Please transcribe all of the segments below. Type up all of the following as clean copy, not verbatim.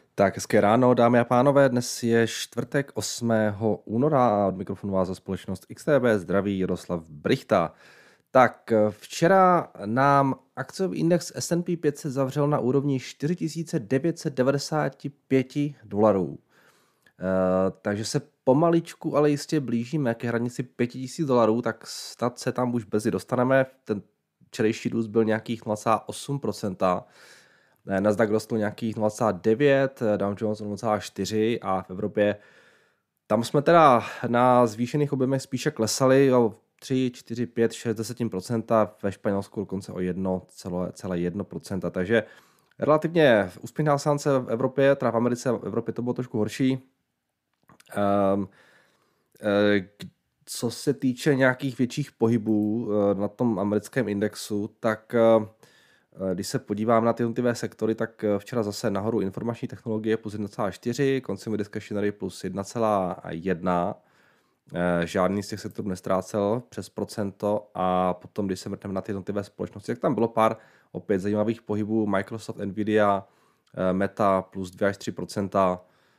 Tak hezké ráno, dámy a pánové, dnes je čtvrtek 8. února a od mikrofonu vás za společnost XTB zdraví Jaroslav Brichta. Tak včera nám akciový index S&P 500 zavřel na úrovni $4,995. Takže se pomaličku, ale jistě blížíme ke hranici $5,000, tak snad se tam už brzy dostaneme. Ten včerejší růst byl nějakých 0,8%. Nasdaq rostl nějakých 0,9, Dow Jones 0,4 a v Evropě tam jsme teda na zvýšených objemech spíše klesali o 3, 4, 5, 6, 10%, ve Španělsku dokonce o 1,1%, takže relativně úspěšná sánce v Evropě, teda v Americe a v Evropě to bylo trošku horší. Co se týče nějakých větších pohybů na tom americkém indexu, tak když se podívám na ty jednotlivé sektory, tak včera zase nahoru informační technologie plus 1,4, consumer discretionary plus 1,1. Žádný z těch sektorů nestrácel přes procento a potom, když se mrkneme na ty jednotlivé společnosti, tak tam bylo pár opět zajímavých pohybů. Microsoft, Nvidia, Meta plus 2 až 3%,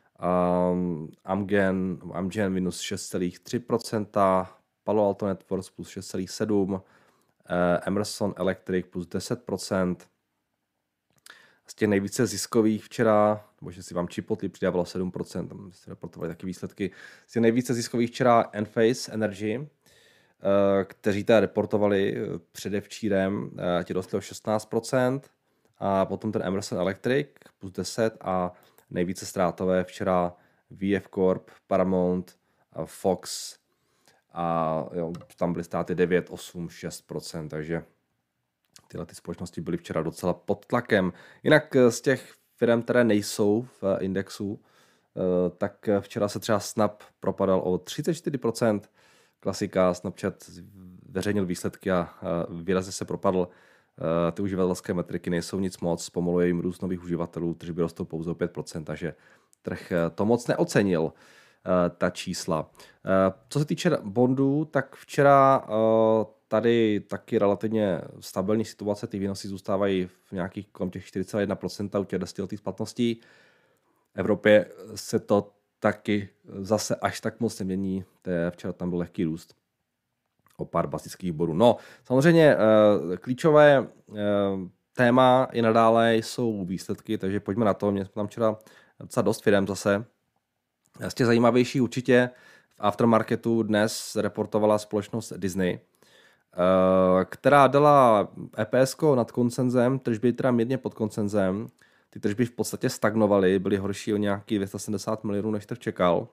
Amgen minus 6,3%, Palo Alto Networks plus 6,7%, Emerson Electric plus 10%. Z těch nejvíce ziskových včera, nebo že si vám Chipotle přidávalo 7%, tam jste reportovali taky výsledky. Z těch nejvíce ziskových včera Enphase Energy, kteří teda reportovali předevčírem, ti rostli o 16%, a potom ten Emerson Electric plus 10% a nejvíce ztrátové včera VF Corp, Paramount, Fox, a jo, tam byly ztráty 9, 8, 6%, takže tyhle ty společnosti byly včera docela pod tlakem. Jinak z těch firm, které nejsou v indexu, tak včera se třeba Snap propadal o 34%, klasika, Snapchat veřejnil výsledky a výrazně se propadl. Ty uživatelské metriky nejsou nic moc, zpomaluje jim růst nových uživatelů, kteří by rostou pouze o 5%, takže trh to moc neocenil, ta čísla. Co se týče bondů, tak včera tady taky relativně stabilní situace, ty výnosy zůstávají v nějakých kolem těch 4,1% u těch 10letých splatností. V Evropě se to taky zase až tak moc nemění, včera tam byl lehký růst o pár bazických bodů. No, samozřejmě klíčové téma i nadále jsou výsledky, takže pojďme na to. Měli jsme tam včera docela dost firem zase. Z těch zajímavější určitě v aftermarketu dnes reportovala společnost Disney, která dala EPS nad konsenzem, tržby teda mírně pod konsenzem. Ty tržby v podstatě stagnovaly, byly horší o nějaký 270 milionů, než trh čekal.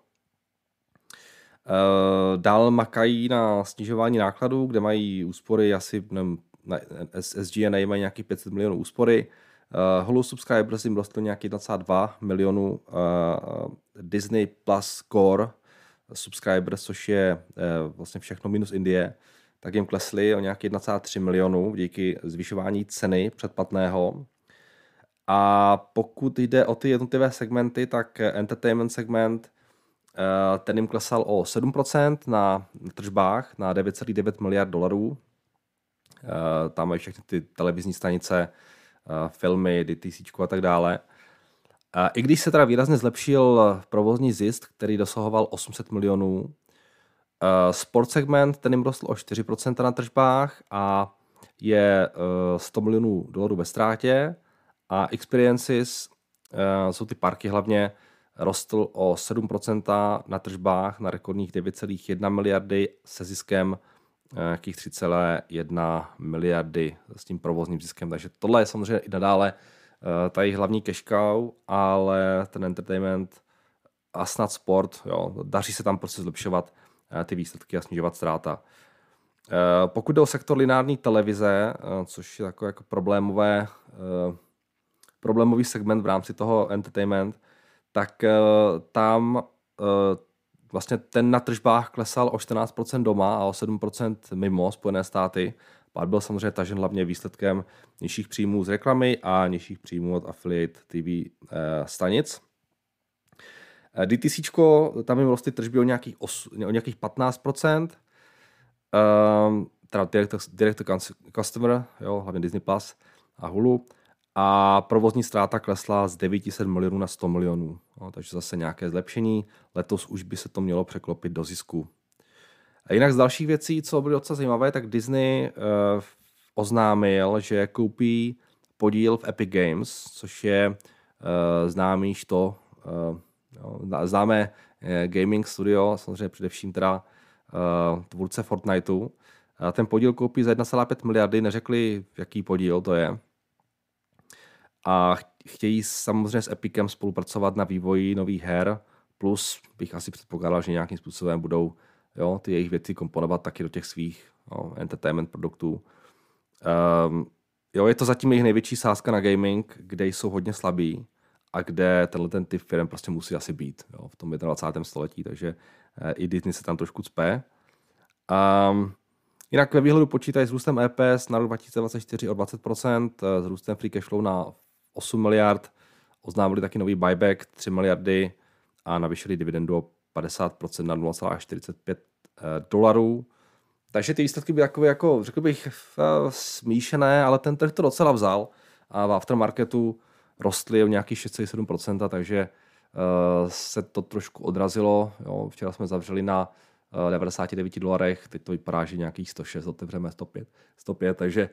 Dál makají na snižování nákladů, kde mají úspory asi, nevím, na SG&A mají nějakých 500 milionů úspory. Hulu subscribers jim rostlo nějaký 1,2 milionů. Disney Plus Core subscribers, což je vlastně všechno minus Indie, tak jim klesly o nějaký 1,3 milionů díky zvyšování ceny předplatného. A pokud jde o ty jednotlivé segmenty, tak entertainment segment, ten jim klesal o 7% na tržbách na 9,9 miliard dolarů. Tam mají všechny ty televizní stanice, filmy, DTC a tak dále. I když se teda výrazně zlepšil provozní zisk, který dosahoval 800 milionů, sport segment, ten jim rostl o 4% na tržbách a je 100 milionů dolarů ve ztrátě. A experiences, jsou ty parky hlavně, rostl o 7% na tržbách na rekordních 9,1 miliardy se ziskem nějakých 3,1 miliardy s tím provozním ziskem. Takže tohle je samozřejmě i nadále tady hlavní cash cow, ale ten entertainment a snad sport, jo, daří se tam prostě zlepšovat ty výsledky a snižovat ztráta. Pokud jde o sektor lineární televize, což je takový jako problémový segment v rámci toho entertainment, tak tam vlastně ten na tržbách klesal o 14% doma a o 7% mimo Spojené státy. Pak byl samozřejmě tažen hlavně výsledkem nižších příjmů z reklamy a nižších příjmů od affiliate TV stanic. DTCčko, tam jim rostly tržby o nějakých 15%, teda direct to customer, jo, hlavně Disney Plus a Hulu. a provozní ztráta klesla z 900 milionů na 100 milionů. No, takže zase nějaké zlepšení. Letos už by se to mělo překlopit do zisku. A jinak z dalších věcí, co byly docela zajímavé, tak Disney oznámil, že koupí podíl v Epic Games, což je známé gaming studio, samozřejmě především teda tvůrce Fortniteu. Ten podíl koupí za 1,5 miliardy, neřekli, jaký podíl to je. A chtějí samozřejmě s Epicem spolupracovat na vývoji nových her, plus bych asi předpokládal, že nějakým způsobem budou ty jejich věci komponovat taky do těch svých entertainment produktů. Je to zatím jejich největší sázka na gaming, kde jsou hodně slabí a kde ten typ firm prostě musí asi být v tom 21. století, takže i Disney se tam trošku cpe. Jinak ve výhledu počítají s růstem EPS na rok 2024 o 20%, s růstem free cash flow na 8 miliard, oznámili taky nový buyback 3 miliardy a navýšili dividendu o 50% na $0,45. Takže ty výsledky byly takové, jako řekl bych, smíšené, ale ten trh to docela vzal a v aftermarketu rostly o nějakých 6,7%, takže se to trošku odrazilo. Jo. Včera jsme zavřeli na $99, teď to vypadá, že nějakých 106, otevřeme 105, takže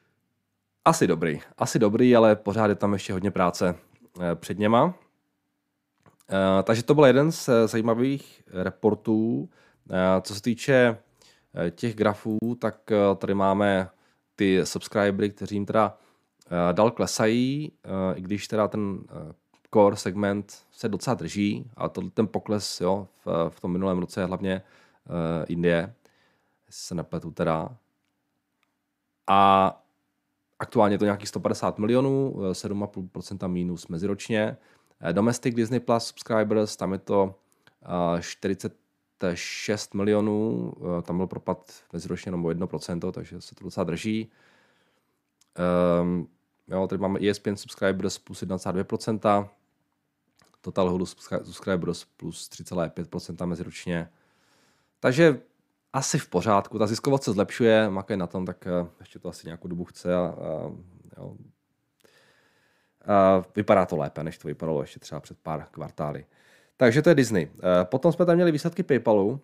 asi dobrý, ale pořád je tam ještě hodně práce před něma. Takže to byl jeden z zajímavých reportů. Co se týče těch grafů, tak tady máme ty subscribery, kteří jim teda dál klesají, i když teda ten core segment se docela drží, a ten pokles v tom minulém roce je hlavně Indie, jestli se nepletu teda. A aktuálně je to nějakých 150 milionů, 7,5% mínus meziročně. Domestic Disney Plus subscribers, tam je to 46 milionů, tam byl propad meziročně jenom o 1%, takže se to docela drží. Tady máme ESPN subscribers plus 1,2%, Total Hulu subscribers plus 3,5% meziročně. Takže asi v pořádku, ta ziskovost se zlepšuje, makají na tom, tak ještě to asi nějakou dobu chce a vypadá to lépe, než to vypadalo ještě třeba před pár kvartály. Takže to je Disney. Potom jsme tam měli výsledky PayPalu.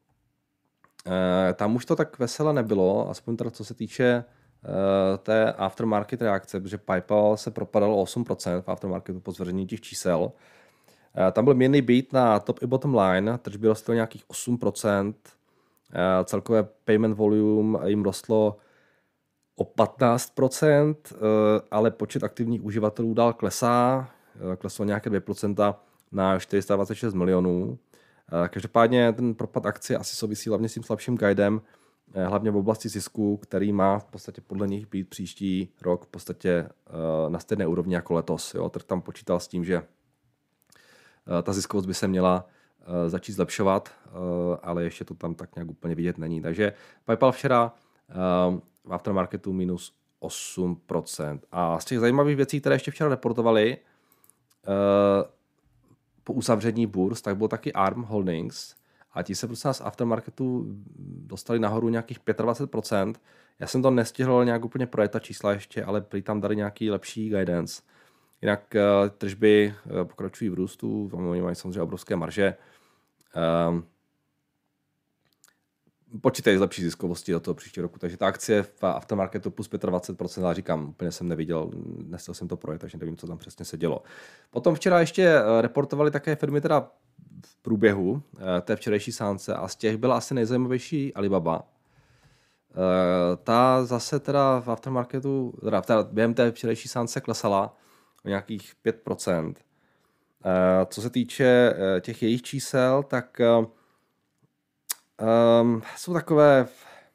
Tam už to tak veselé nebylo, aspoň teda co se týče té aftermarket reakce, protože PayPal se propadalo 8% v aftermarketu po zveřejnění těch čísel. Tam byl mírný beat na top i bottom line, tržby rostly nějakých 8%, celkové payment volume jim rostlo o 15%, ale počet aktivních uživatelů dál kleslo nějaké 2% na 426 milionů. Každopádně ten propad akcie asi souvisí hlavně s tím slabším guidem, hlavně v oblasti zisku, který má v podstatě podle nich být příští rok v podstatě na stejné úrovni jako letos. Trh tam počítal s tím, že ta ziskovost by se měla začít zlepšovat, ale ještě to tam tak nějak úplně vidět není. Takže PayPal včera v aftermarketu minus 8%. A z těch zajímavých věcí, které ještě včera reportovali po uzavření burz, tak byl taky ARM Holdings a ti se prostě z aftermarketu dostali nahoru nějakých 25%. Já jsem to nestihl nějak úplně projet ta čísla ještě, ale prý tam dali nějaký lepší guidance. Jinak tržby pokračují v růstu, oni mají samozřejmě obrovské marže. Počítají z lepší ziskovosti do toho příštího roku, takže ta akcie v aftermarketu plus 25%, ale říkám, úplně jsem neviděl, nestihl jsem to projet, takže nevím, co tam přesně se dělo. Potom včera ještě reportovali také firmy teda v průběhu té včerejší sánce a z těch byla asi nejzajímavější Alibaba. Ta zase teda v aftermarketu, teda během té včerejší sánce klesala o nějakých 5%. Co se týče těch jejich čísel, tak jsou takové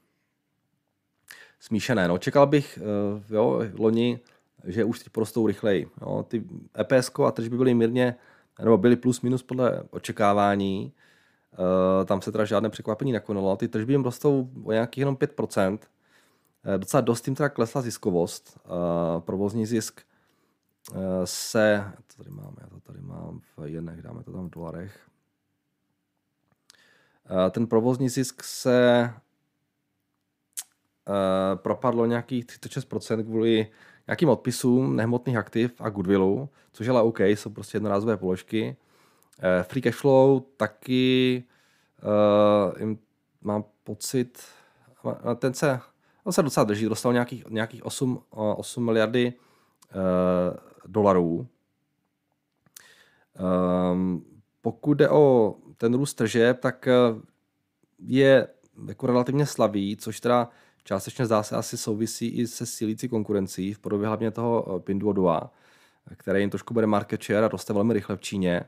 smíšené. No. Čekal bych loni, že už teď porostou rychleji. Ty EPS a tržby byly mírně, nebo byly plus minus podle očekávání. Tam se teda žádné překvapení nekonalo. Ty tržby jim rostou o nějakých jenom 5%. Docela dost jim teda klesla ziskovost. Provozní zisk já to tady mám v jenech, dáme to tam v dolarech. Ten provozní zisk se propadlo nějakých 36% kvůli nějakým odpisům nehmotných aktiv a goodwillu, což ale OK, jsou prostě jednorázové položky. Free cash flow taky mám pocit, on se docela drží, dostal nějakých 8 miliardy dolarů. Pokud jde o ten růst tržeb, tak je jako relativně slabý, což teda částečně zdá se asi souvisí i se sílící konkurencí v podobě hlavně toho Pinduoduo, který jim trošku bude market share a roste velmi rychle v Číně.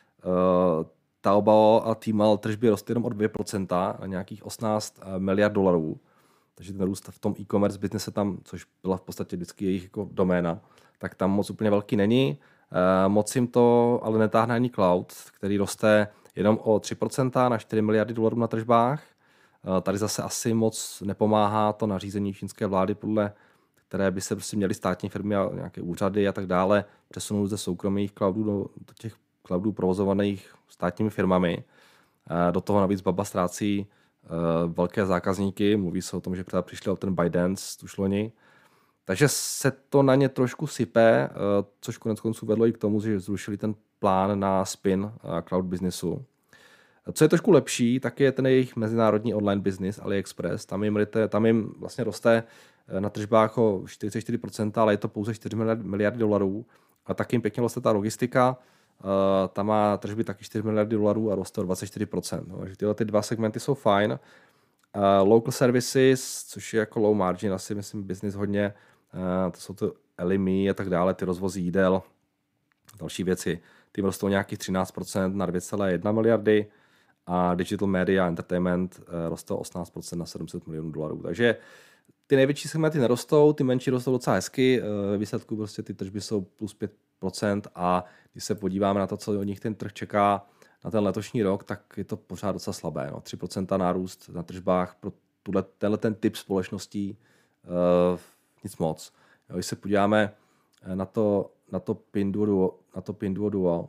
Taobao a Tmall tržby rostly jenom o 2%, a nějakých 18 miliard dolarů. Takže ten růst v tom e-commerce businesse tam, což byla v podstatě vždycky jejich jako doména, tak tam moc úplně velký není. Moc jim to ale netáhne ani cloud, který roste jenom o 3% na 4 miliardy dolarů na tržbách. Tady zase asi moc nepomáhá to nařízení čínské vlády, podle které by se prostě měly státní firmy a nějaké úřady a tak dále přesunout ze soukromých cloudů do těch cloudů provozovaných státními firmami. Do toho navíc Baba ztrácí velké zákazníky. Mluví se o tom, že přišli o ten ByteDance tuž loni. Takže se to na ně trošku sype, což konec konců vedlo i k tomu, že zrušili ten plán na spin cloud businessu. Co je trošku lepší, tak je ten jejich mezinárodní online business AliExpress. Tam jim vlastně roste na tržbách o 44%, ale je to pouze 4 miliardy dolarů. A tak jim pěkně roste ta logistika. Tam má tržby taky 4 miliardy dolarů a roste o 24%. Takže tyhle ty dva segmenty jsou fajn. Local services, což je jako low margin, asi myslím business hodně, to jsou to LME a tak dále, ty rozvozy jídel, další věci. Ty rostou nějakých 13% na 2,1 miliardy a Digital Media Entertainment rostou 18% na 700 milionů dolarů. Takže ty největší segmenty nerostou, ty menší rostou docela hezky, ve výsledku prostě ty tržby jsou plus 5% a když se podíváme na to, co od nich ten trh čeká na ten letošní rok, tak je to pořád docela slabé. 3% nárůst na tržbách pro tenhle ten typ společností, nic moc. Když se podíváme na to Pinduoduo,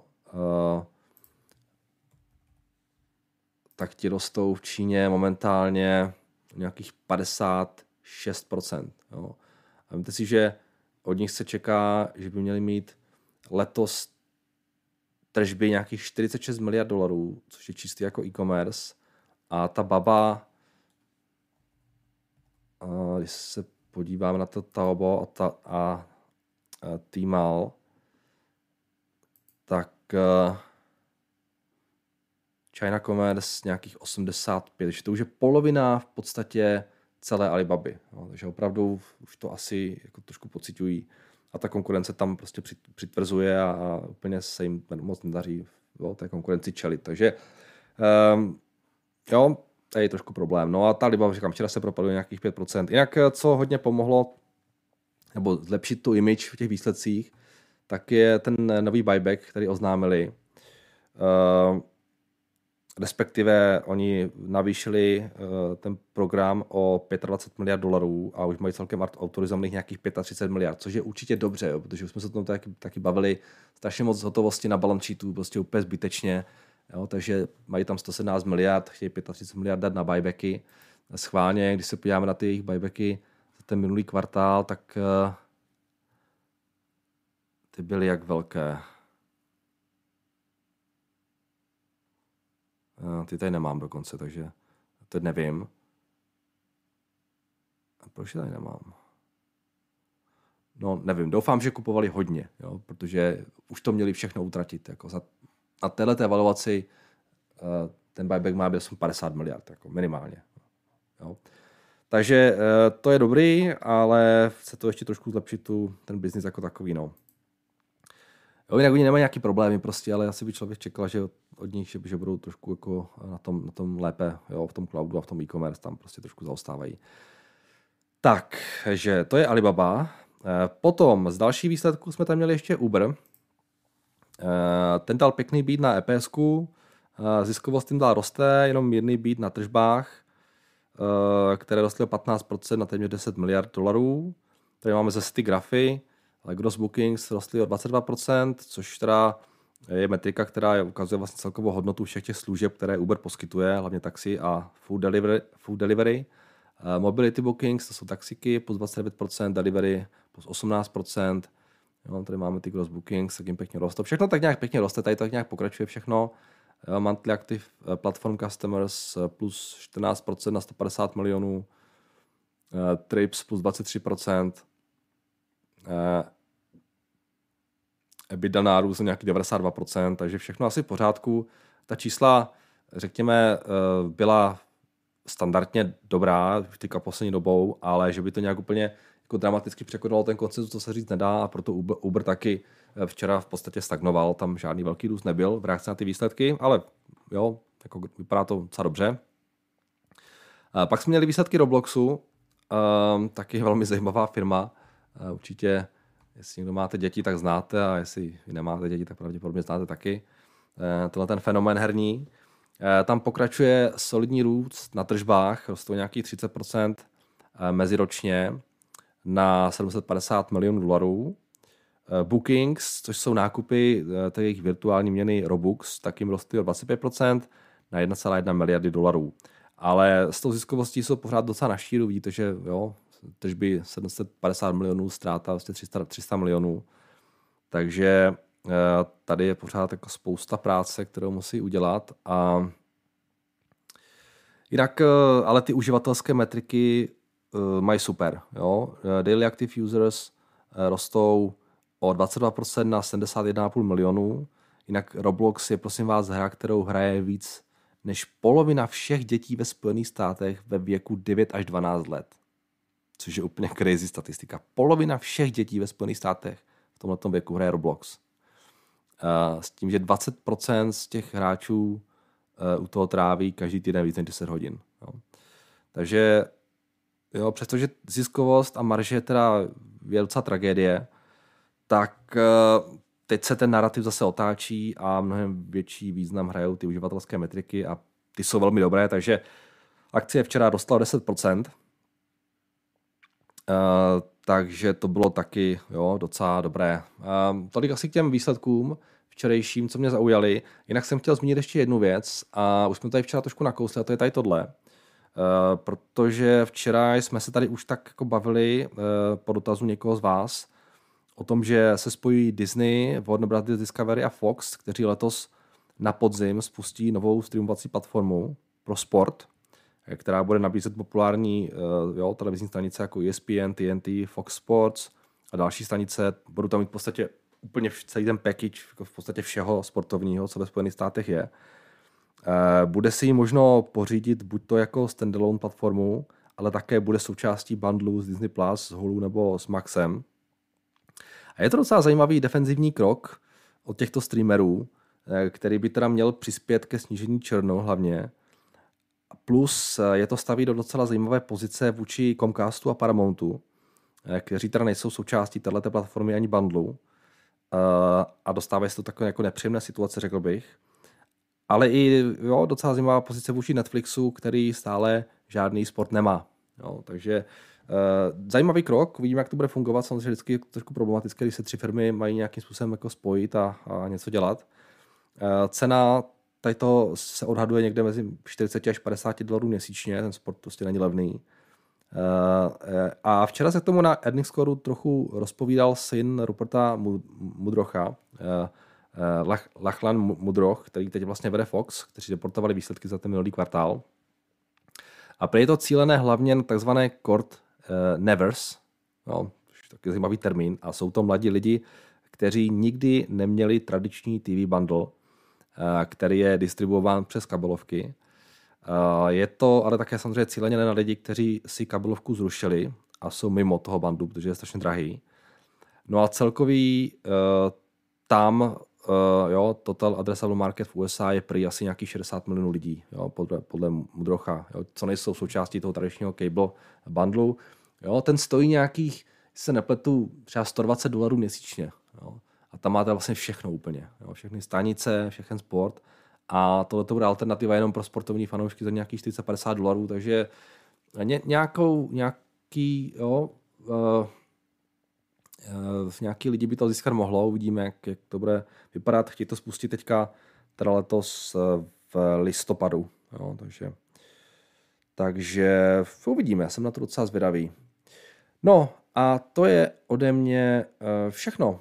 tak ti rostou v Číně momentálně nějakých 56%. Jo. A víte si, že od nich se čeká, že by měli mít letos tržby nějakých 46 miliard dolarů, což je čistý jako e-commerce. A ta Baba, když se podíváme na to Taobao a Tmall, tak China Commerce nějakých 85, takže to už je polovina v podstatě celé Alibaby. No, takže opravdu už to asi jako trošku pociťují a ta konkurence tam prostě přitvrzuje a úplně se jim moc nedaří té konkurenci čelit. Takže jo, to je trošku problém. No a ta Alibaba, říkám, včera se propadlo nějakých 5%. Jinak, co hodně pomohlo, nebo zlepšit tu image v těch výsledcích, tak je ten nový buyback, který oznámili. Respektive oni navýšili ten program o 25 miliard dolarů a už mají celkem autorizovaných nějakých 35 miliard, což je určitě dobře, jo, protože už jsme se o tom taky bavili, strašně moc hotovosti na balance sheetu, prostě úplně zbytečně, jo, takže mají tam 117 miliard, chtějí 35 miliard dát na buybacky. Schválně, když se podíváme na ty jejich buybacky za ten minulý kvartál, tak ty byly jak velké. Ty tady nemám dokonce, takže teď nevím. A proč je tady nemám? No, nevím, doufám, že kupovali hodně, jo, protože už to měli všechno utratit. Jako na této evaluaci ten buyback má být 50 miliard, jako minimálně. Jo. Takže to je dobrý, ale chce to ještě trošku zlepšit ten biznis jako takový. No. Jo, jinak oni nemají nějaký problémy prostě, ale asi by člověk čekal, že od nich, že budou trošku jako na tom lépe, jo, v tom cloudu a v tom e-commerce tam prostě trošku zaostávají. Takže to je Alibaba. Potom z dalších výsledků jsme tam měli ještě Uber. Ten dal pěkný beat na EPSku, ziskovost tím dál roste, jenom mírný beat na tržbách, které rostly o 15% na téměř 10 miliard dolarů. Tady máme zase ty grafy, ale gross bookings rostly o 22%, což teda je metrika, která ukazuje vlastně celkovou hodnotu všech těch služeb, které Uber poskytuje, hlavně taxi a food delivery. Mobility bookings, to jsou taxiky, plus 29%, delivery plus 18%. Jo, tady máme ty gross bookings, tak jim pěkně roste. Všechno tak nějak pěkně roste, tady tak nějak pokračuje všechno. Monthly active platform customers plus 14% na 150 milionů. Trips plus 23%. EBITDA nárůst nějaký 92%, takže všechno asi v pořádku. Ta čísla, řekněme, byla standardně dobrá teďka poslední dobou, ale že by to nějak úplně jako dramaticky překonalo ten konsenzus, to se říct nedá, a proto Uber taky včera v podstatě stagnoval, tam žádný velký růst nebyl v reakci na ty výsledky, ale jo, jako vypadá to docela dobře. Pak jsme měli výsledky Robloxu, taky velmi zajímavá firma, určitě jestli někdo máte děti, tak znáte, a jestli nemáte děti, tak pravděpodobně znáte taky. Tenhle ten fenomén herní. Tam pokračuje solidní růst na tržbách, rostou nějakých 30% meziročně na $750 milionů. Bookings, což jsou nákupy té jejich virtuální měny Robux, tak jim rostly o 25% na 1,1 miliardy dolarů. Ale s tou ziskovostí jsou pořád docela na šíru, vidíte, že jo, tržby 750 milionů, ztráta vlastně 300 milionů. Takže tady je pořád jako spousta práce, kterou musí udělat. A jinak, ale ty uživatelské metriky mají super. Jo? Daily active users rostou o 22% na 71,5 milionů. Jinak Roblox je, prosím vás, hra, kterou hraje víc než polovina všech dětí ve Spojených státech ve věku 9 až 12 let. Což je úplně crazy statistika. Polovina všech dětí ve Spojených státech v tomto věku hraje Roblox. S tím, že 20% z těch hráčů u toho tráví každý týden víc než 10 hodin. Jo. Takže jo, přestože ziskovost a marže teda je docela tragédie, tak teď se ten narrativ zase otáčí a mnohem větší význam hrajou ty uživatelské metriky a ty jsou velmi dobré, takže akcie včera rostla o 10%. Takže to bylo taky docela dobré. Tolik asi k těm výsledkům včerejším, co mě zaujaly. Jinak jsem chtěl zmínit ještě jednu věc a už jsme tady včera trošku nakousli, a to je tady tohle. Protože včera jsme se tady už tak jako bavili po dotazu někoho z vás o tom, že se spojí Disney, Warner Bros. Discovery a Fox, kteří letos na podzim spustí novou streamovací platformu pro sport, která bude nabízet populární televizní stanice jako ESPN, TNT, Fox Sports a další stanice. Budou tam mít v podstatě úplně celý ten package v podstatě všeho sportovního, co ve Spojených státech je. Bude si ji možno pořídit buď to jako standalone platformu, ale také bude součástí bundlu z Disney+, s Hulu nebo s Maxem. A je to docela zajímavý defenzivní krok od těchto streamerů, který by teda měl přispět ke snížení churnu hlavně. Plus je to staví do docela zajímavé pozice vůči Comcastu a Paramountu, kteří teda nejsou součástí této platformy ani bundlu a dostávají se to takové jako nepříjemné situace, řekl bych. Ale i docela zajímavá pozice vůči Netflixu, který stále žádný sport nemá. Jo, takže zajímavý krok, uvidíme, jak to bude fungovat. Samozřejmě vždycky je trošku problematické, když se 3 firmy mají nějakým způsobem jako spojit a něco dělat. Cena tady to se odhaduje někde mezi 40 až 50 dolarů měsíčně, ten sport prostě není levný. A včera se k tomu na Earnings Scoreu trochu rozpovídal syn Ruperta Mudrocha, Lachlan Mudroch, který teď vlastně vede Fox, kteří reportovali výsledky za ten minulý kvartál. A prý je to cílené hlavně na takzvané cord nevers, taky zajímavý termín, a jsou to mladí lidi, kteří nikdy neměli tradiční TV bundle, který je distribuován přes kabelovky. Je to ale také samozřejmě cíleně na lidi, kteří si kabelovku zrušili a jsou mimo toho bundlu, protože je strašně drahý. No a celkový tam total addressable market v USA je prý asi nějakých 60 milionů lidí, podle Mudrocha, co nejsou součástí toho tradičního cable bundlu. Ten stojí nějakých, se nepletu, třeba $120 měsíčně. A tam máte vlastně všechno úplně. Všechny stanice, všechny sport. A tohle to bude alternativa jenom pro sportovní fanoušky za nějakých $40-50, takže nějaký lidi by to získat mohlo. Uvidíme, jak to bude vypadat. Chtějí to spustit teďka teda letos v listopadu. Takže Takže uvidíme, jsem na to docela zvědavý. No a to je ode mě všechno.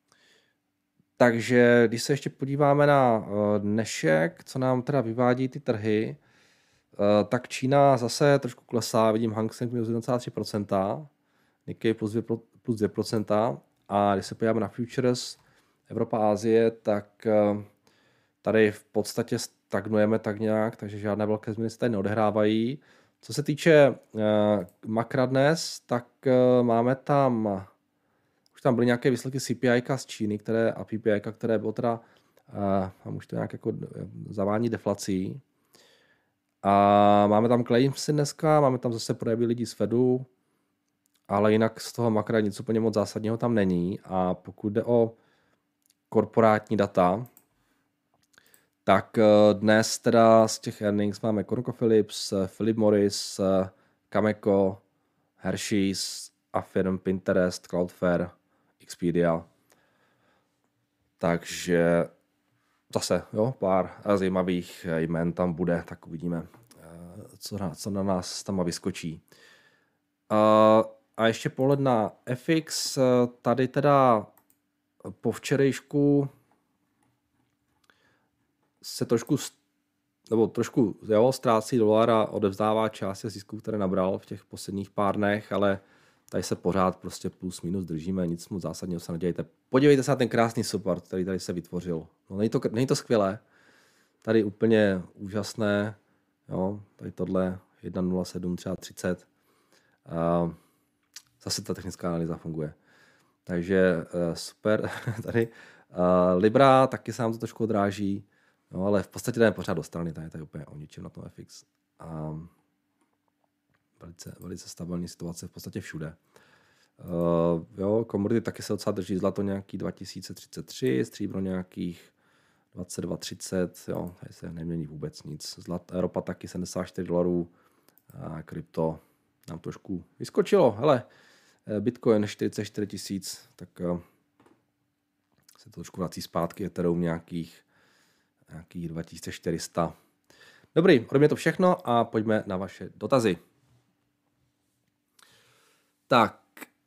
Takže když se ještě podíváme na dnešek, co nám teda vyvádí ty trhy, tak Čína zase trošku klesá, vidím Hang Seng minus 1,3%, Nikkei plus 2%, a když se podíváme na futures Evropa, Asie, tak tady v podstatě stagnujeme tak nějak, takže žádné velké změny se tady neodehrávají. Co se týče makra dnes, tak máme tam, už tam byly nějaké výsledky CPI z Číny, a PPI, které bylo teda, tam už to nějak jako zavání deflací. A máme tam claimsy dneska, máme tam zase projevy lidí z Fedu, ale jinak z toho makra nic úplně moc zásadního tam není. A pokud jde o korporátní data, tak dnes teda z těch earnings máme ConocoPhillips, Philip Morris, Cameco, Hershey's, Affirm, Pinterest, Cloudflare, Expedia. Takže zase, jo, pár zajímavých jmen tam bude, tak uvidíme, co na nás tam vyskočí. A ještě pohled na FX, tady teda po včerejšku se trošku ztrácí dolar a odevzdává část zisků, které nabral v těch posledních pár dnech, ale tady se pořád prostě plus minus držíme, nic moc zásadního se nedějte. Podívejte se na ten krásný support, který tady se vytvořil. No, není to skvělé, tady úplně úžasné, jo, tady tohle 1.07 třeba 30. Zase ta technická analýza funguje. Takže super tady. Libra taky se nám to trošku odráží, no, ale v podstatě jdeme pořád do strany, tady je úplně o ničem na tom FX. Velice stabilní situace v podstatě všude. Jo, komodity taky se docela drží, zlato nějaký 2033, stříbro nějakých 22,30, jo, tady se nemění vůbec nic. Ropa taky $74 a krypto nám trošku vyskočilo. Hele, Bitcoin 44 000, tak se to trošku vrací zpátky, Ethereum nějakých 2400. Dobrý, ode mě to všechno a pojďme na vaše dotazy. Tak.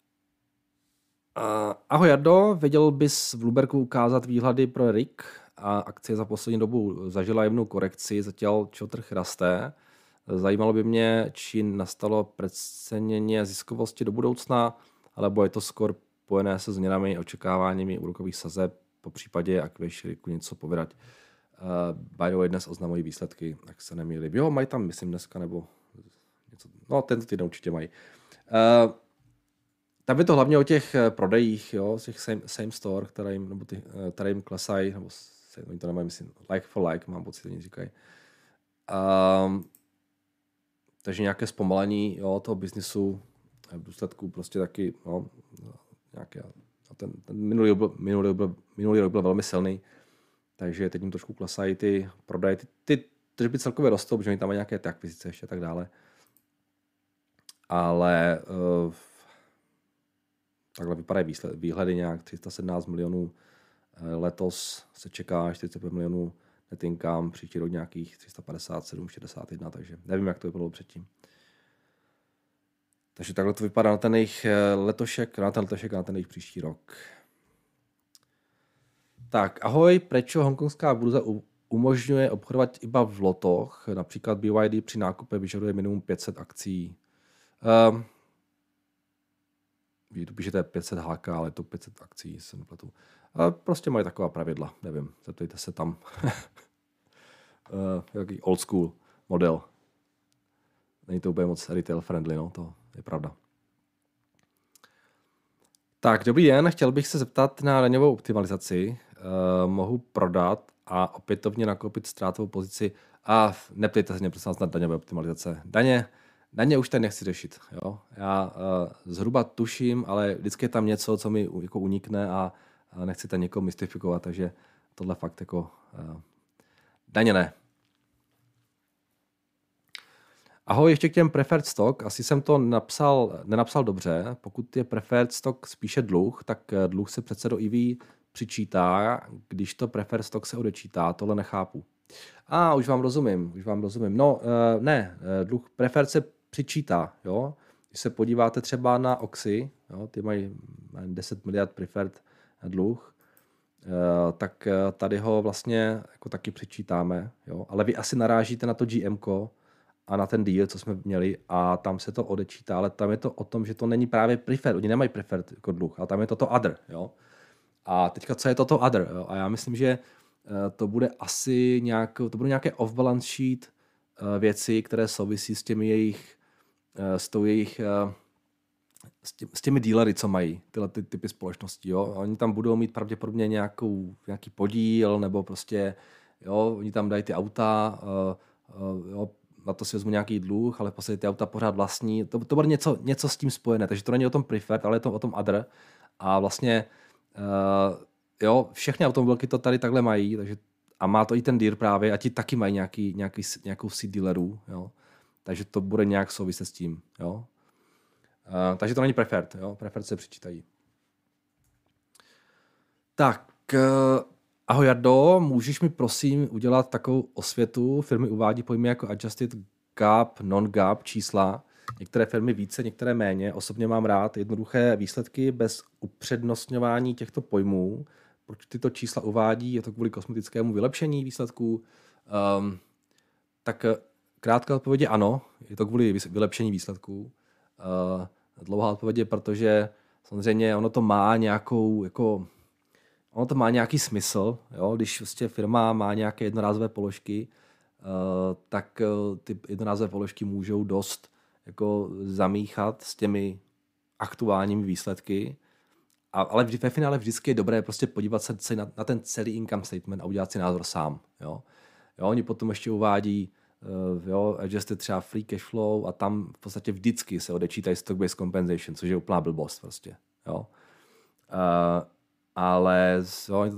Ahoj Jardo, věděl bys v Bloombergu ukázat výhledy pro RIG a akcie za poslední dobu zažila jemnou korekci, zatímco trh raste. Zajímalo by mě, či nastalo přecenění ziskovosti do budoucna, alebo je to skoro spojené se změnami a očekáváními úrokových sazeb, po případě, jak víš RIGu něco povědat. By the way, dnes oznamují výsledky, jak se nemýlím. Jo, mají tam, myslím, dneska, nebo něco. No, tento týden určitě mají. Tam je to hlavně o těch prodejích, jo, z těch same store, které jim klesají, nebo oni to nemají, myslím, like for like, mám pocit, oni říkají. Takže nějaké zpomalení, jo, toho biznisu v důsledku prostě taky, no, nějaké, ten minulý rok byl velmi silný, takže teď jim trošku klesají ty prodeje, ty tržby celkově rostou, protože oni tam mají nějaké ty akvizice ještě a tak dále. Ale takhle vypadají výhledy nějak 317 milionů, letos se čeká 45 milionů net income, příští rok nějakých 357, 61, takže nevím, jak to vypadalo předtím. Takže takhle to vypadá na ten jejich letošek a na ten jejich příští rok. Tak, ahoj, prečo hongkongská burza umožňuje obchodovat iba v lotoch, například BYD při nákupě vyžaduje minimum 500 akcí. Vy tu píšete 500 HK, ale to 500 akcí se nepletu. Prostě mají taková pravidla, nevím, zeptejte se tam. Jaký old school model. Není to úplně moc retail friendly, no, to je pravda. Tak, dobrý den, chtěl bych se zeptat na daňovou optimalizaci. Mohu prodat a opětovně nakoupit ztrátovou pozici a neptejte se mě, prosím vás, na daňové optimalizace. Daně už tady nechci řešit. Jo? Já zhruba tuším, ale vždycky je tam něco, co mi jako unikne a nechci tam někoho mystifikovat, takže tohle fakt jako daně ne. Ahoj, ještě k těm preferred stock. Asi jsem to nenapsal dobře. Pokud je preferred stock spíše dluh, tak dluh se přece do EV přičítá, když to preferred stock se odečítá. Tohle nechápu. Už vám rozumím. No, ne, dluh preferred se přičítá, jo. Když se podíváte třeba na Oxy, jo, ty mají 10 miliard preferred dluh, tak tady ho vlastně jako taky přičítáme, jo. Ale vy asi narážíte na to GMko a na ten deal, co jsme měli, a tam se to odečítá, ale tam je to o tom, že to není právě preferred, oni nemají preferred jako dluh, ale tam je toto other, jo. A teďka, co je toto other, jo? A já myslím, že to bude asi to budou nějaké off-balance sheet věci, které souvisí s těmi jejich, s těmi dealery, co mají tyhle typy společností. Jo? Oni tam budou mít pravděpodobně nějaký podíl, nebo prostě, jo, oni tam dají ty auta, jo, na to si vezmu nějaký dluh, ale v podstatě ty auta pořád vlastní. To bude něco s tím spojené, takže to není o tom preferred, ale je to o tom other. A vlastně jo, všechny automobilky to tady takhle mají, takže, a má to i ten dealer právě, a ti taky mají nějakou seed dealerů, jo. Takže to bude nějak souviset s tím, jo. Takže to není preferred, jo. Preferred se přičítají. Tak, ahoj Jardo, můžeš mi prosím udělat takovou osvětu? Firmy uvádí pojmy jako adjusted GAAP, non-GAAP čísla. Některé firmy více, některé méně. Osobně mám rád jednoduché výsledky bez upřednostňování těchto pojmů. Proč tyto čísla uvádí? Je to kvůli kosmetickému vylepšení výsledků? Tak krátká odpověď je ano. Je to kvůli vylepšení výsledků. Dlouhá odpověď je, protože samozřejmě ono to má nějaký smysl. Jo? Když vlastně firma má nějaké jednorázové položky, tak ty jednorázové položky můžou dost jako zamíchat s těmi aktuálními výsledky. Ale ve finále vždycky je dobré prostě podívat se na ten celý income statement a udělat si názor sám. Jo? Oni potom ještě uvádí adjusted třeba free cash flow a tam v podstatě vždycky se odečítají stock-based compensation, což je úplná blbost prostě. Jo? Ale oni to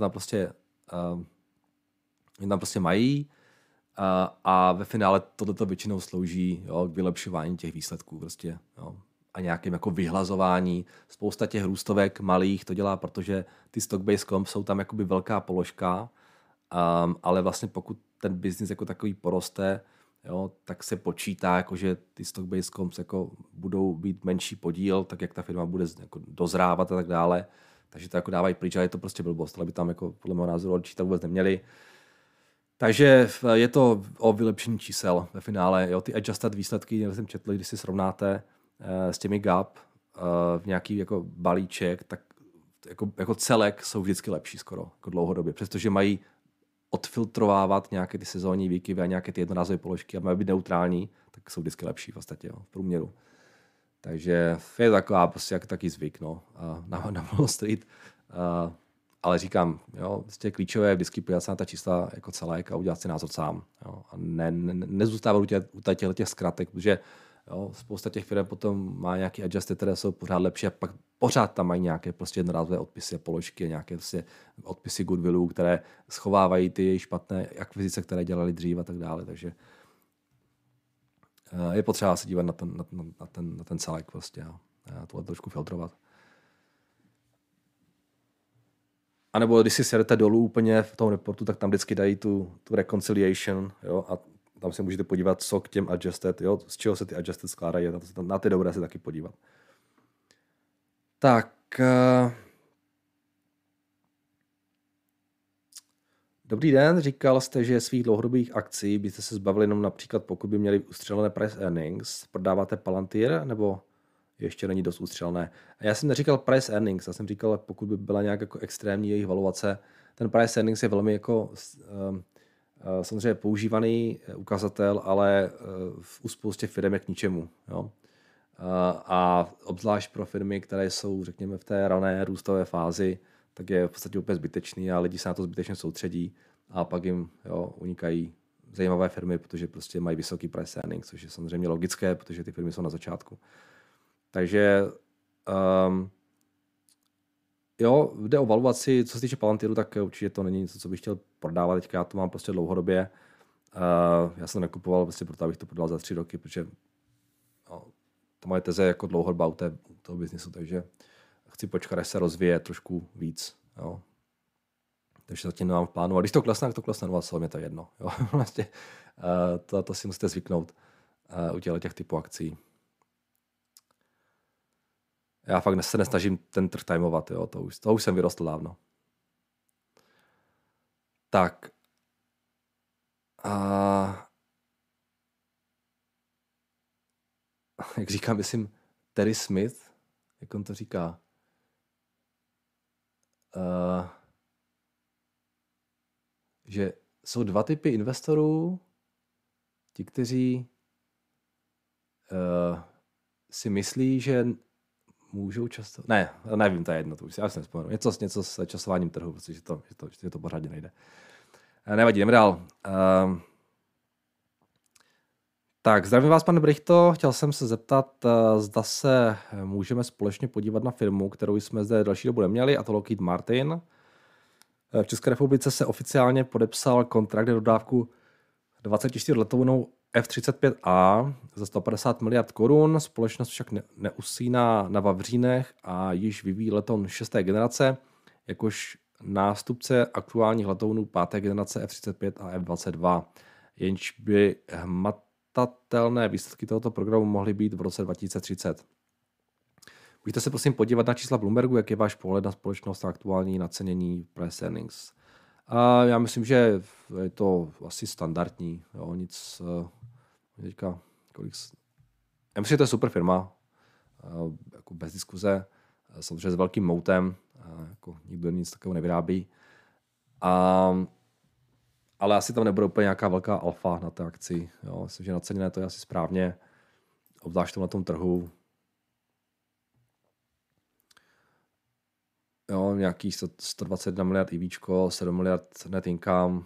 tam prostě mají a ve finále tohleto většinou slouží, jo, k vylepšování těch výsledků prostě, jo. A nějakým jako vyhlazování. Spousta těch růstovek malých to dělá, protože ty stock-based comp jsou tam jakoby velká položka, ale vlastně pokud ten biznis jako takový poroste, jo, tak se počítá, jako, že ty stock-based comps jako budou být menší podíl, tak jak ta firma bude jako dozrávat a tak dále. Takže to jako dávají pryč, ale je to prostě blbost, ale by tam jako podle mého názoru odčítat vůbec neměli. Takže je to o vylepšení čísel ve finále. Jo, ty adjusted výsledky, jak jsem četl, když si srovnáte s těmi GAAP v nějaký jako balíček, tak jako celek jsou vždycky lepší skoro, jako dlouhodobě. Přestože mají odfiltrovávat nějaké ty sezónní výkyvy a nějaké ty jednorázové položky a mají být neutrální, tak jsou vždycky lepší v podstatě, jo, v průměru. Takže je to taková prostě jako taky zvyk, no, na Wall Street. Ale říkám, jo, prostě klíčové je vždycky podívat se na ta čísla jako celek a udělat si názor sám. Jo, a nezůstávat u těch zkratek, protože jo, spousta těch firm potom má nějaký adjusty, které jsou pořád lepší a pak pořád tam mají nějaké prostě jednorázové odpisy a položky a nějaké prostě odpisy goodwillu, které schovávají ty špatné akvizice, které dělali dřív a tak dále. Takže je potřeba se dívat na ten celek prostě a tohle trošku filtrovat. A nebo když si sedete dolů úplně v tom reportu, tak tam vždycky dají tu reconciliation, jo, a tam se můžete podívat, co k těm adjusted, jo, z čeho se ty adjusted skládají, na ty dobré se taky podívat. Tak. Dobrý den, říkal jste, že svých dlouhodobých akcí byste se zbavili jenom například, pokud by měli ustřelené price earnings. Prodáváte Palantir, nebo ještě není dost ústřelné? A já jsem neříkal price earnings, já jsem říkal, pokud by byla nějak jako extrémní jejich valuace. Ten price earnings je velmi jako samozřejmě používaný ukazatel, ale u spoustě firm je k ničemu. Jo? A obzvlášť pro firmy, které jsou, řekněme, v té rané růstové fázi, tak je v podstatě úplně zbytečný a lidi se na to zbytečně soustředí a pak jim unikají zajímavé firmy, protože prostě mají vysoký price earnings, což je samozřejmě logické, protože ty firmy jsou na začátku. Takže jo, jde o valuaci, co se týče Palantiru, tak určitě to není něco, co bych chtěl prodávat teďka, já to mám prostě dlouhodobě. Já jsem nekupoval prostě proto, abych to prodal za 3 roky, protože to moje teze je jako dlouhodobá u toho biznisu, takže chci počkat, až se rozvíje trošku víc. Jo. Takže zatím nemám v plánu. A když to klesne, tak to klesne, no a mě to je jedno. Jo? Vlastně, to si musíte zvyknout u těch typů akcí. Já fakt se nesnažím ten trh timovat, jo? To už jsem vyrostl dávno. Tak. Jak říkám, myslím, Terry Smith, jak on to říká, že jsou dva typy investorů, ti, kteří si myslí, že můžou často... Ne, nevím, to je jedno, to už si nespomenu. Něco s časováním trhu, protože to pořádně nejde. Nevadí, jdeme dál. Tak, zdravím vás, pane Brichto. Chtěl jsem se zeptat, zda se můžeme společně podívat na firmu, kterou jsme zde další dobu neměli, a to Lockheed Martin. V České republice se oficiálně podepsal kontrakt na dodávku 24 letounou F-35A za 150 miliard korun. Společnost však neusíná na Vavřínech a již vyvíjí letoun 6. generace, jakož nástupce aktuálních letounů 5. generace F-35 a F-22, jenž by hmatatelné výsledky tohoto programu mohly být v roce 2030. Můžete se prosím podívat na čísla Bloombergu, jak je váš pohled na společnost a aktuální nacenění price earnings. A já myslím, že je to asi standardní. Jo, nic, teďka, myslím, že to je super firma, jako bez diskuze, samozřejmě s velkým moutem, jako nikdo nic takového nevyrábí. Ale asi tam nebude úplně nějaká velká alfa na té akci. Jo, myslím, že naceněné to je asi správně, obzvlášť na tom trhu. Jo, nějaký 121 miliard EVčko, 7 miliard net income.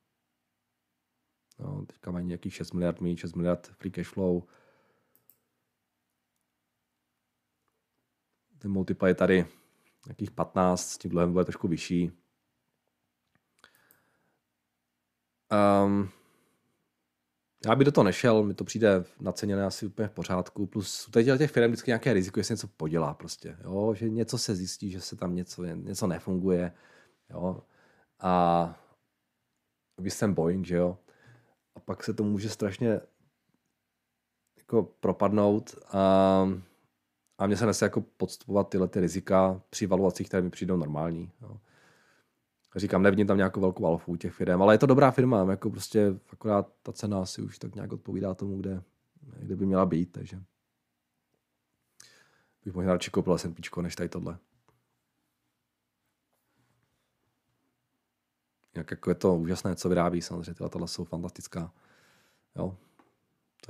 No, teďka mají nějakých 6 miliard mít, 6 miliard free cash flow. Ten multiple je tady nějakých 15, s tím dluhem bude trošku vyšší. Já bych do toho nešel, mi to přijde naceněné asi úplně v pořádku, plus teď těch firm vždycky nějaké riziko, jestli něco podělá prostě, jo? Že něco se zjistí, že se tam něco nefunguje, jo? A vy jsem Boeing, že jo? A pak se to může strašně jako propadnout a mně se nese jako podstupovat tyhle ty rizika při valuacích, které mi přijdou normální, jo? Říkám, nevním tam nějakou velkou alfu těch firm, ale je to dobrá firma, jako prostě akorát ta cena asi už tak nějak odpovídá tomu, kde by měla být, takže bych možná radši koupil S&Pčko než tady tohle. Jak jako je to úžasné, co vyrábí, samozřejmě tyhle tohle jsou fantastická. Jo, to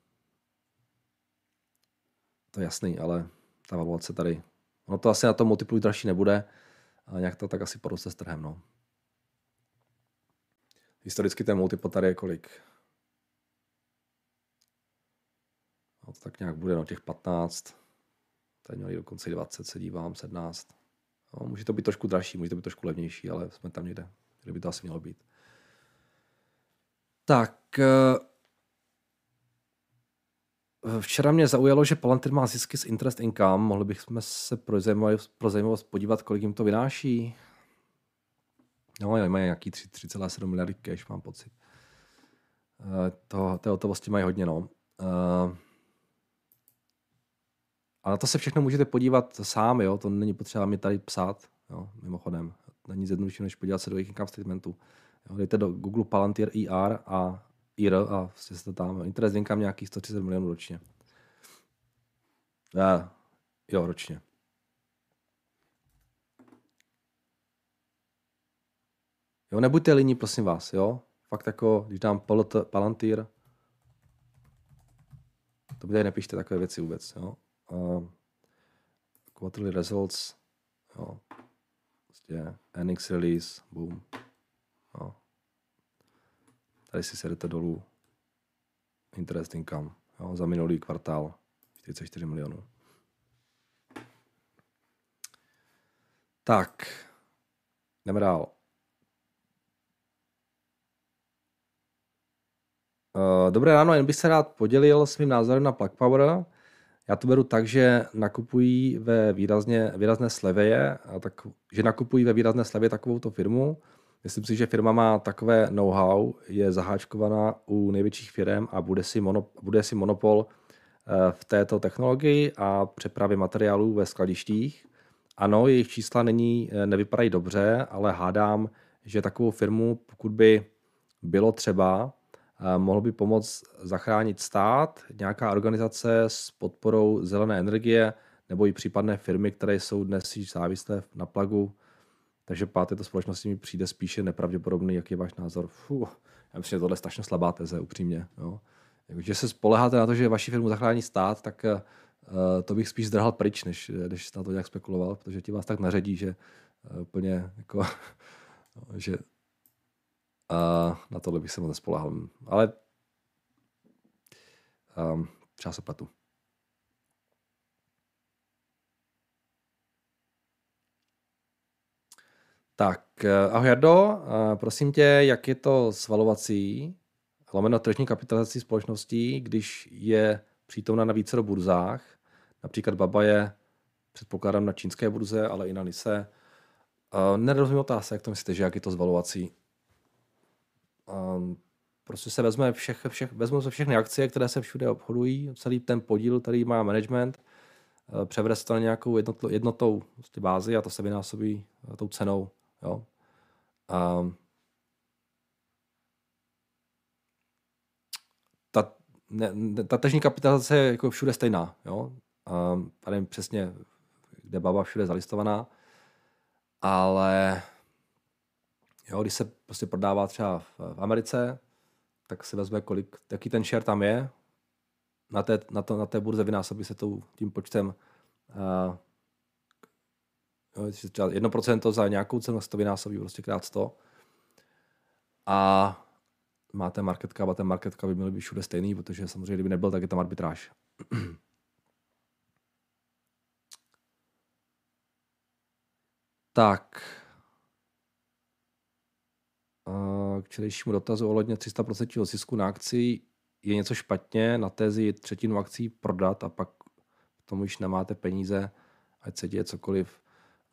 je jasný, ale ta valuace tady, ono to asi na tom multiplu dražší nebude, a nějak to tak asi poroste s trhem, no. Historicky ten multiple tady je kolik? No to tak nějak bude, no těch 15. Tady měli dokonce 20, se dívám, 17. No, může to být trošku dražší, může to být trošku levnější, ale jsme tam někde, kde by to asi mělo být. Tak. Včera mě zaujalo, že Palantir má zisky z interest income. Mohli bychom se pro zajímavost podívat, kolik jim to vynáší. No, mají nějaký 3,7 miliardy cash, mám pocit. Té hotovosti mají hodně, no. A na to se všechno můžete podívat sám, jo. To není potřeba mi tady psát, jo, mimochodem. Není jednodušší, než podívat se do jejich income statementu. Jo, dejte do Google Palantir IR a vlastně se to tam. Interest income nějakých 130 milionů ročně. Jo, ročně. Jo, nebuďte líní, prosím vás, jo. Fakt jako, když dám Palantir, to by tady nepište takové věci vůbec, jo. Quarterly results, jo. Prostě earnings release, boom. Jo. Tady si sedete dolů. Interest income, jo, za minulý kvartál 44 milionů. Tak, jdeme dál. Dobré ráno, jen bych se rád podělil svým názorem na Plug Power. Já to beru tak, že nakupují ve výrazné slevě takovouto firmu Myslím si, že firma má takové know-how, je zaháčkovaná u největších firm a bude si monopol v této technologii a přepravě materiálů ve skladištích. Ano, jejich čísla nevypadají dobře, ale hádám, že takovou firmu, pokud by bylo třeba, mohl by pomoct zachránit stát, nějaká organizace s podporou zelené energie nebo i případné firmy, které jsou dnes již závislé na plagu. Takže pád této společnosti mi přijde spíše nepravděpodobný. Jaký je váš názor? Já myslím, že tohle je strašně slabá teze, upřímně. Jo. Že se spoleháte na to, že vaši firmu zachrání stát, tak to bych spíš zdrhal pryč, než na to nějak spekuloval, protože ti vás tak naředí, že úplně jako, že na tohle bych se moc nespolehal. Ale třeba se pletu. Tak, ahoj Jardo, prosím tě, jak je to s valovací, lomeno tržní kapitalizací společností, když je přítomna na vícero burzách, například Baba je, předpokládám, na čínské burze, ale i na NYSE. Nerozumím otázek, jak to myslíte, že jak je to s valovací? Prostě se vezme vezmu se všechny akcie, které se všude obchodují, celý ten podíl, který má management, převede se to na nějakou jednotou prostě bázi a to se vynásobí tou cenou. Jo. Ta tržní kapitalizace je jako všude stejná. Jo. A nevím přesně, kde Baba všude je zalistovaná, ale jo, když se prostě prodává třeba v Americe, tak si vezme, jaký ten share tam je, na té burze vynásobí se tím počtem třeba 1% za nějakou cenu, se to vynásobí prostě krát 100. A máte market cap a ten market cap by měl být všude stejný, protože samozřejmě, kdyby nebyl, tak je tam arbitráž. Tak. K včerejšímu dotazu ohledně 300% zisku na akci je něco špatně, na tézi třetinu akcí prodat a pak k tomu již nemáte peníze, ať se děje cokoliv.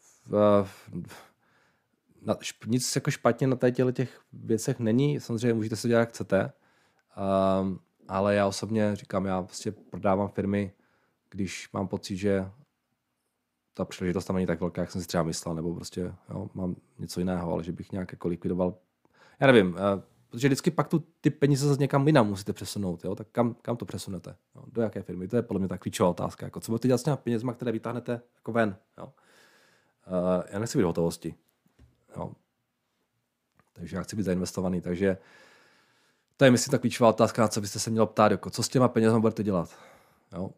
Nic jako špatně na těch věcech není, samozřejmě můžete se dělat, jak chcete, ale já osobně říkám, já prostě prodávám firmy, když mám pocit, že ta příležitost tam není tak velká, jak jsem si třeba myslel, nebo prostě jo, mám něco jiného, ale že bych nějak jako likvidoval. Já nevím, protože vždycky pak ty peníze zase někam jinam musíte přesunout, jo? Tak kam to přesunete? Jo? Do jaké firmy? To je podle mě tak klíčová otázka. Jako, co budete dělat s těmi penězma, které vytáhnete jako ven? Jo? Já nechci být v hotovosti. Jo? Takže já chci být zainvestovaný. Takže to je, myslím, ta klíčová otázka, na co byste se měl ptát. Jako, co s těma penězma budete dělat? Jo?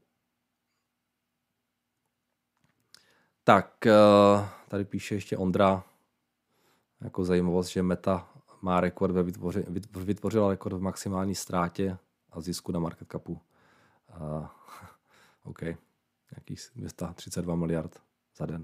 Tak, tady píše ještě Ondra jako zajímavost, že Meta má rekord vytvořila rekord v maximální ztrátě a zisku na market capu. OK, nějakých 232 miliard za den.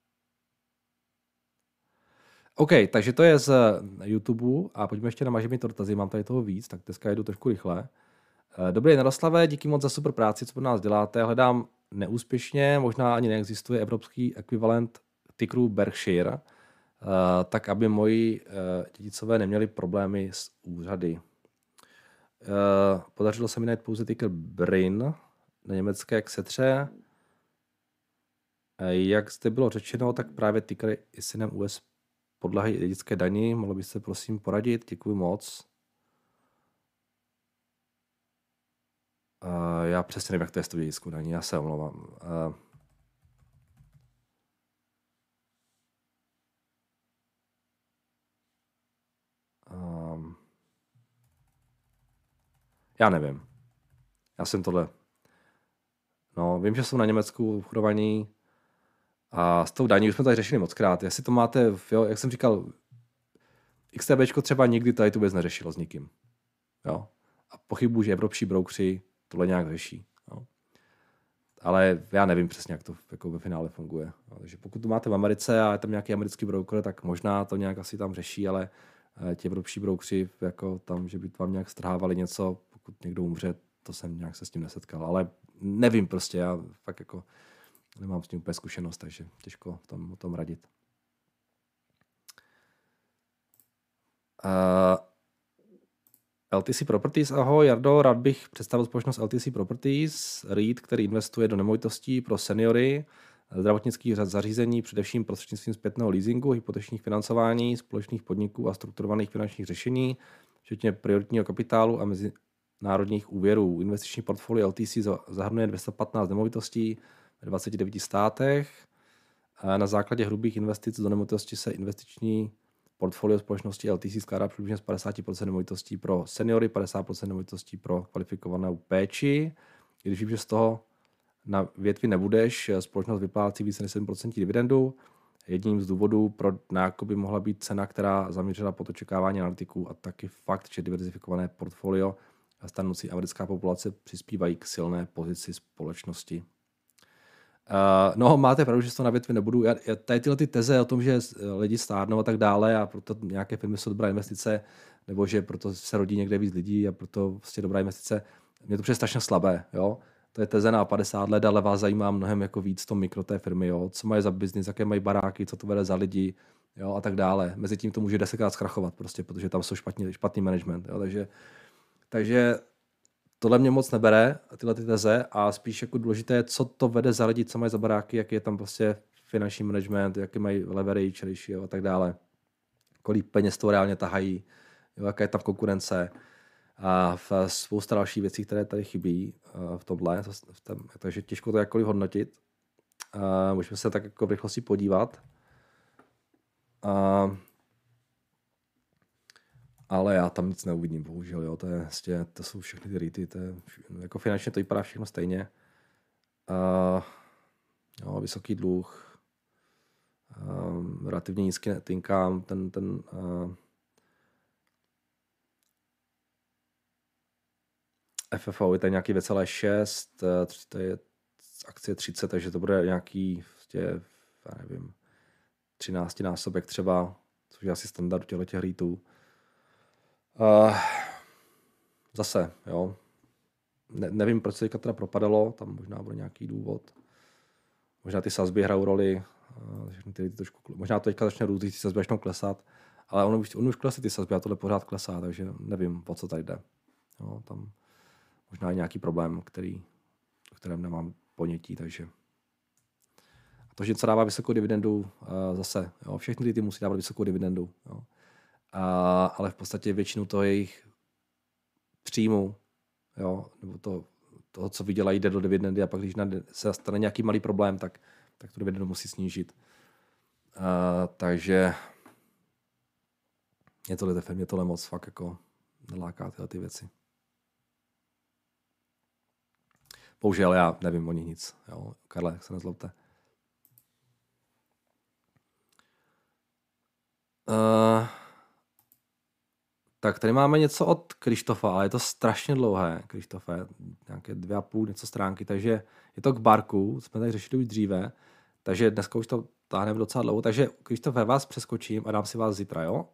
OK, takže to je z YouTube a pojďme ještě na Mažemi dotazy, mám tady toho víc, tak dneska jedu trošku rychle. Dobrý den, Jaroslave, díky moc za super práci, co pro nás děláte. Hledám neúspěšně, možná ani neexistuje evropský ekvivalent tickeru Berkshire, tak aby moji dědicové neměli problémy s úřady. Podařilo se mi najít pouze ticker Brin na německé ksetře. Jak zde bylo řečeno, tak právě ticker je synem US podlahy dědické daní. Mohlo byste prosím poradit? Děkuji moc. Já přesně nevím, jak to je s tou dědickou daní, já se omlouvám. Já nevím. Já jsem tohle... No, vím, že jsou na Německu obchodovaní a s tou daní už jsme tady řešili mockrát. Jestli to máte, jo, jak jsem říkal, XTBčko třeba nikdy tady tu věc neřešilo s nikým. Jo. A pochybuji, že evropští broukři tohle nějak řeší. Jo. Ale já nevím přesně, jak to jako ve finále funguje. Jo. Takže pokud to máte v Americe a je tam nějaký americký broker, tak možná to nějak asi tam řeší, ale ti evropští broukři, jako tam, že by vám nějak strhávali něco, pokud někdo umře, to jsem nějak se s tím nesetkal. Ale nevím prostě, já fakt jako nemám s tím úplně zkušenost, takže těžko o tom radit. LTC Properties, ahoj Jardo, rád bych představil společnost LTC Properties, REIT, který investuje do nemovitostí pro seniory, zdravotnických zařízení, především prostřednictvím zpětného leasingu, hypotečních financování, společných podniků a strukturovaných finančních řešení, včetně prioritního kapitálu a mezinárodních úvěrů. Investiční portfolio LTC zahrnuje 215 nemovitostí v 29 státech. Na základě hrubých investic do nemovitosti se investiční portfolio společnosti LTC skládá přibližně z 50% nemovitostí pro seniory, 50% nemovitostí pro kvalifikovanou péči. Když vím, že z toho na větvi nebudeš, společnost vyplácí více než 7% dividendu. Jedním z důvodů pro nákup by mohla být cena, která zaměřila pod očekávání analytiků, a taky fakt, že diverzifikované portfolio a stárnoucí americká populace přispívají k silné pozici společnosti. No, máte pravdu, že to na větvi nebudu. Tady tyhle ty teze o tom, že lidi stárnou a tak dále a proto nějaké firmy jsou dobrá investice, nebo že proto se rodí někde víc lidí a proto vlastně dobrá investice, mě to přijde strašně slabé. Jo? To je teze na 50 let, ale vás zajímá mnohem jako víc to mikro té firmy. Jo? Co mají za biznis, jaké mají baráky, co to vede za lidi, jo? A tak dále. Mezitím to může 10krát zkrachovat, prostě, protože tam jsou špatný management. Jo? Takže tohle mě moc nebere, tyhle ty teze, a spíš jako důležité je, co to vede za lidi, co mají za baráky, jaký je tam prostě finanční management, jaký mají leverage, jo, a tak dále. Kolik peněz to reálně tahají, jo, jaká je tam konkurence a spousta dalších věcí, které tady chybí v tomhle. Takže těžko to jakkoliv hodnotit. Můžeme se tak jako v rychlosti podívat. Ale já tam nic neuvidím, bohužel, jo, to jsou všechny ty REITy, jako finančně to vypadá všechno stejně. Jo, vysoký dluh, relativně nízký net income, FFO je tady nějaký 2,6, to je akcie 30, takže to bude nějaký, já nevím, 13 násobek třeba, což je asi standard těch REITů. Zase, jo. Nevím, proč se teda propadalo, tam možná bude nějaký důvod. Možná ty sazby hrajou roli, možná to teďka začne růst, ty sazby začnou klesat, ale on už klesá ty sazby a tohle pořád klesá, takže nevím, o co tady jde. Jo, tam možná je nějaký problém, o kterém nemám ponětí, takže. A to, že něco dává vysokou dividendu, zase, jo, všechny ty musí dávat vysokou dividendu, jo. Ale v podstatě většinu toho jejich příjmu, jo, nebo toho, co vydělají, jde do dividendy, a pak když se stane nějaký malý problém, tak tu dividendu musí snížit. Takže mě tohle moc fakt jako neláká tyhle ty věci. Bohužel já nevím o nich nic. Jo. Karle, se nezlobte. Tak tady máme něco od Krištofa, ale je to strašně dlouhé, Krištofe, nějaké 2,5 něco stránky, takže je to k Barku, jsme tady řešili už dříve, takže dneska už to táhneme docela dlouho, takže Krištofe, vás přeskočím a dám si vás zítra, jo?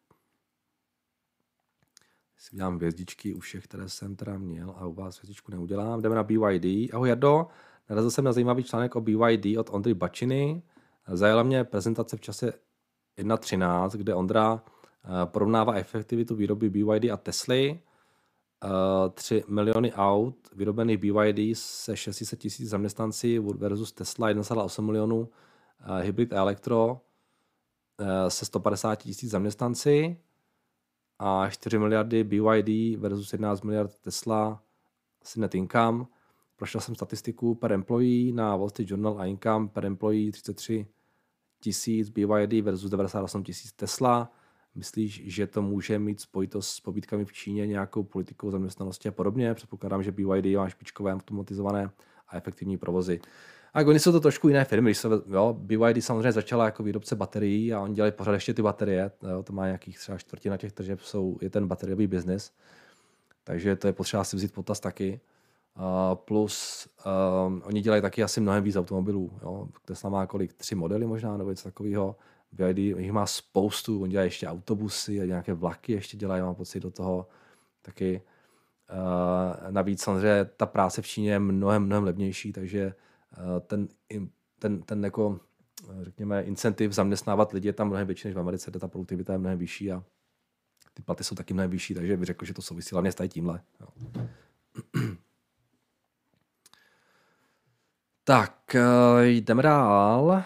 Si dám hvězdičky u všech, které jsem teda měl, a u vás hvězdičku neudělám. Jdeme na BYD. Ahoj Jardo, narazil jsem na zajímavý článek o BYD od Ondry Bačiny. Zajala mě prezentace v čase 1.13, kde Ondra porovnává efektivitu výroby BYD a Tesly. 3 miliony aut vyrobených BYD se 600 000 zaměstnanci versus Tesla 1,8 milionů hybrid a elektro se 150 000 zaměstnanci a 4 miliardy BYD versus 11 miliard Tesla si net income. Prošel jsem statistiku per employee na Wall Street Journal a income per employee 33 000 BYD versus 98 000 Tesla. Myslíš, že to může mít spojitost s pobídkami v Číně, nějakou politikou zaměstnanosti a podobně? Předpokládám, že BYD má špičkové automatizované a efektivní provozy. A oni jsou to trošku jiné firmy. BYD samozřejmě začala jako výrobce baterií a oni dělají pořád ještě ty baterie. Jo, to má nějakých třeba čtvrtina těch tržeb, je ten bateriový biznis. Takže to je potřeba si vzít potaz taky. Plus oni dělají taky asi mnohem víc automobilů. Jo. Tesla má kolik? 3 modely možná, nebo něco takového. BYD jich má spoustu, oni dělají ještě autobusy a nějaké vlaky ještě dělají, mám pocit, do toho taky. Navíc samozřejmě ta práce v Číně je mnohem levnější, takže ten jako, řekněme, incentiv zaměstnávat lidi je tam mnohem větší než v Americe, kde ta produktivita je mnohem vyšší a ty platy jsou taky mnohem vyšší, takže bych řekl, že to souvisí hlavně s tady tímhle. Jo. Tak, jdeme dál.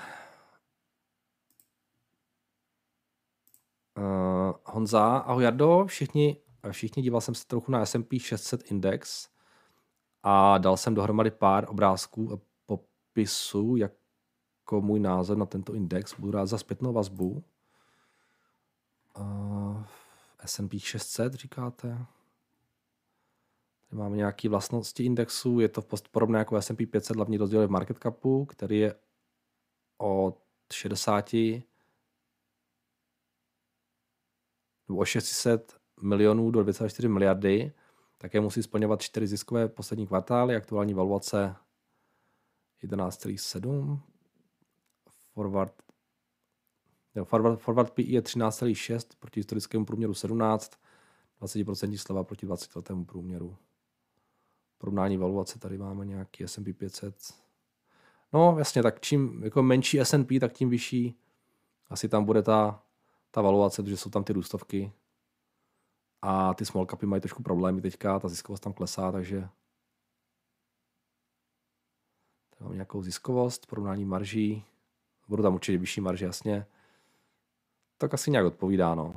Honza, ahoj Jardo, všichni díval jsem se trochu na S&P 600 index a dal jsem dohromady pár obrázků a popisů, jako můj názor na tento index. Budu rád za zpětnou vazbu. S&P 600 říkáte? Tady máme nějaké vlastnosti indexu, je to podobné jako S&P 500, hlavní rozdíl je v market capu, který je od 60 o 600 milionů do 2,4 miliardy, také musí splňovat 4 ziskové poslední kvartály, aktuální valuace 11,7, forward PE je 13,6 proti historickému průměru 17, 20% sleva proti 20letému průměru. Porovnání valuace, tady máme nějaký S&P 500. No jasně, tak čím jako menší S&P, tak tím vyšší asi tam bude ta valuace, protože jsou tam ty růstovky. A ty small capy mají trošku problémy teďka, ta ziskovost tam klesá, takže tady mám nějakou ziskovost, porovnání marží, budou tam určitě vyšší marže, jasně. Tak asi nějak odpovídá, no.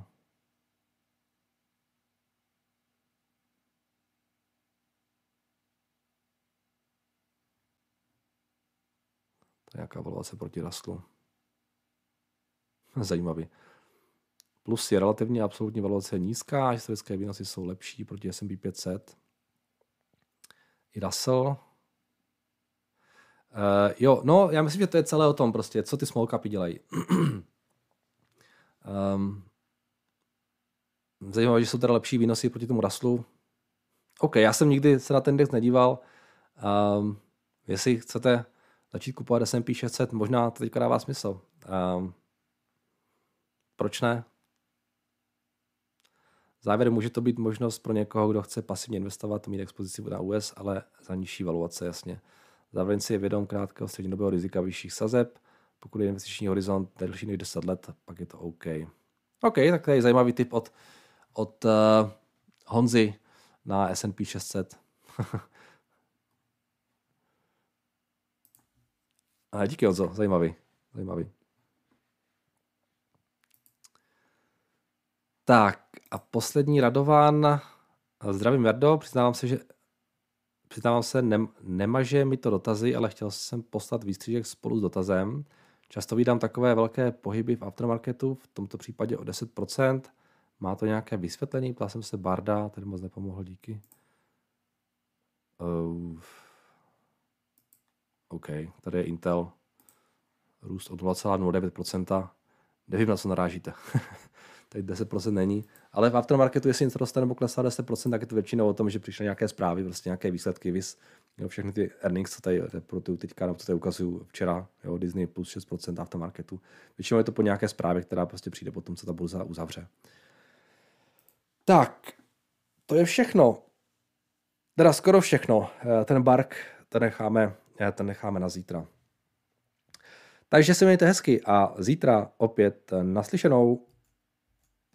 To je nějaká valuace proti Russellu. Zajímavý. Plus je relativně absolutní valuace nízká, historické výnosy jsou lepší proti S&P 500. I Russell. Jo, no, já myslím, že to je celé o tom prostě, co ty small capy dělají. Zajímavé, že jsou teda lepší výnosy proti tomu Russellu. OK, já jsem nikdy se na ten index nedíval. Jestli chcete začít kupovat S&P 600, možná to teďka dává smysl. Proč ne? Závěrem může to být možnost pro někoho, kdo chce pasivně investovat, mít expozici na US, ale za nižší valuace, jasně. Zároveň si je vědom krátkého střednědobého rizika vyšších sazeb. Pokud je investiční horizont delší než 10 let, pak je to OK. OK, tak to je zajímavý tip od Honzy na S&P 600. Díky, Honzo, zajímavý. Tak a poslední Radovan. Zdravím, Jardo, přiznávám se, nemaže mi to dotazy, ale chtěl jsem poslat výstřižek spolu s dotazem. Často vídám takové velké pohyby v aftermarketu, v tomto případě o 10%. Má to nějaké vysvětlení? Ptal jsem se Barda, tady moc nepomohl, díky. OK, tady je Intel. Růst o 0,09%. Nevím, na co narážíte. Tady 10% není. Ale v aftermarketu, jestli něco roste nebo klesá 10%, tak je to většinou o tom, že přišly nějaké zprávy, prostě nějaké výsledky, všechny ty earnings, co tady reportuju teďka, nebo co tady ukazuju včera, jo, Disney plus 6% aftermarketu. Většinou je to po nějaké zprávě, která prostě přijde potom, co ta burza uzavře. Tak, to je všechno. Teda skoro všechno. Ten Bark, ten necháme na zítra. Takže se mějte hezky a zítra opět naslyšenou.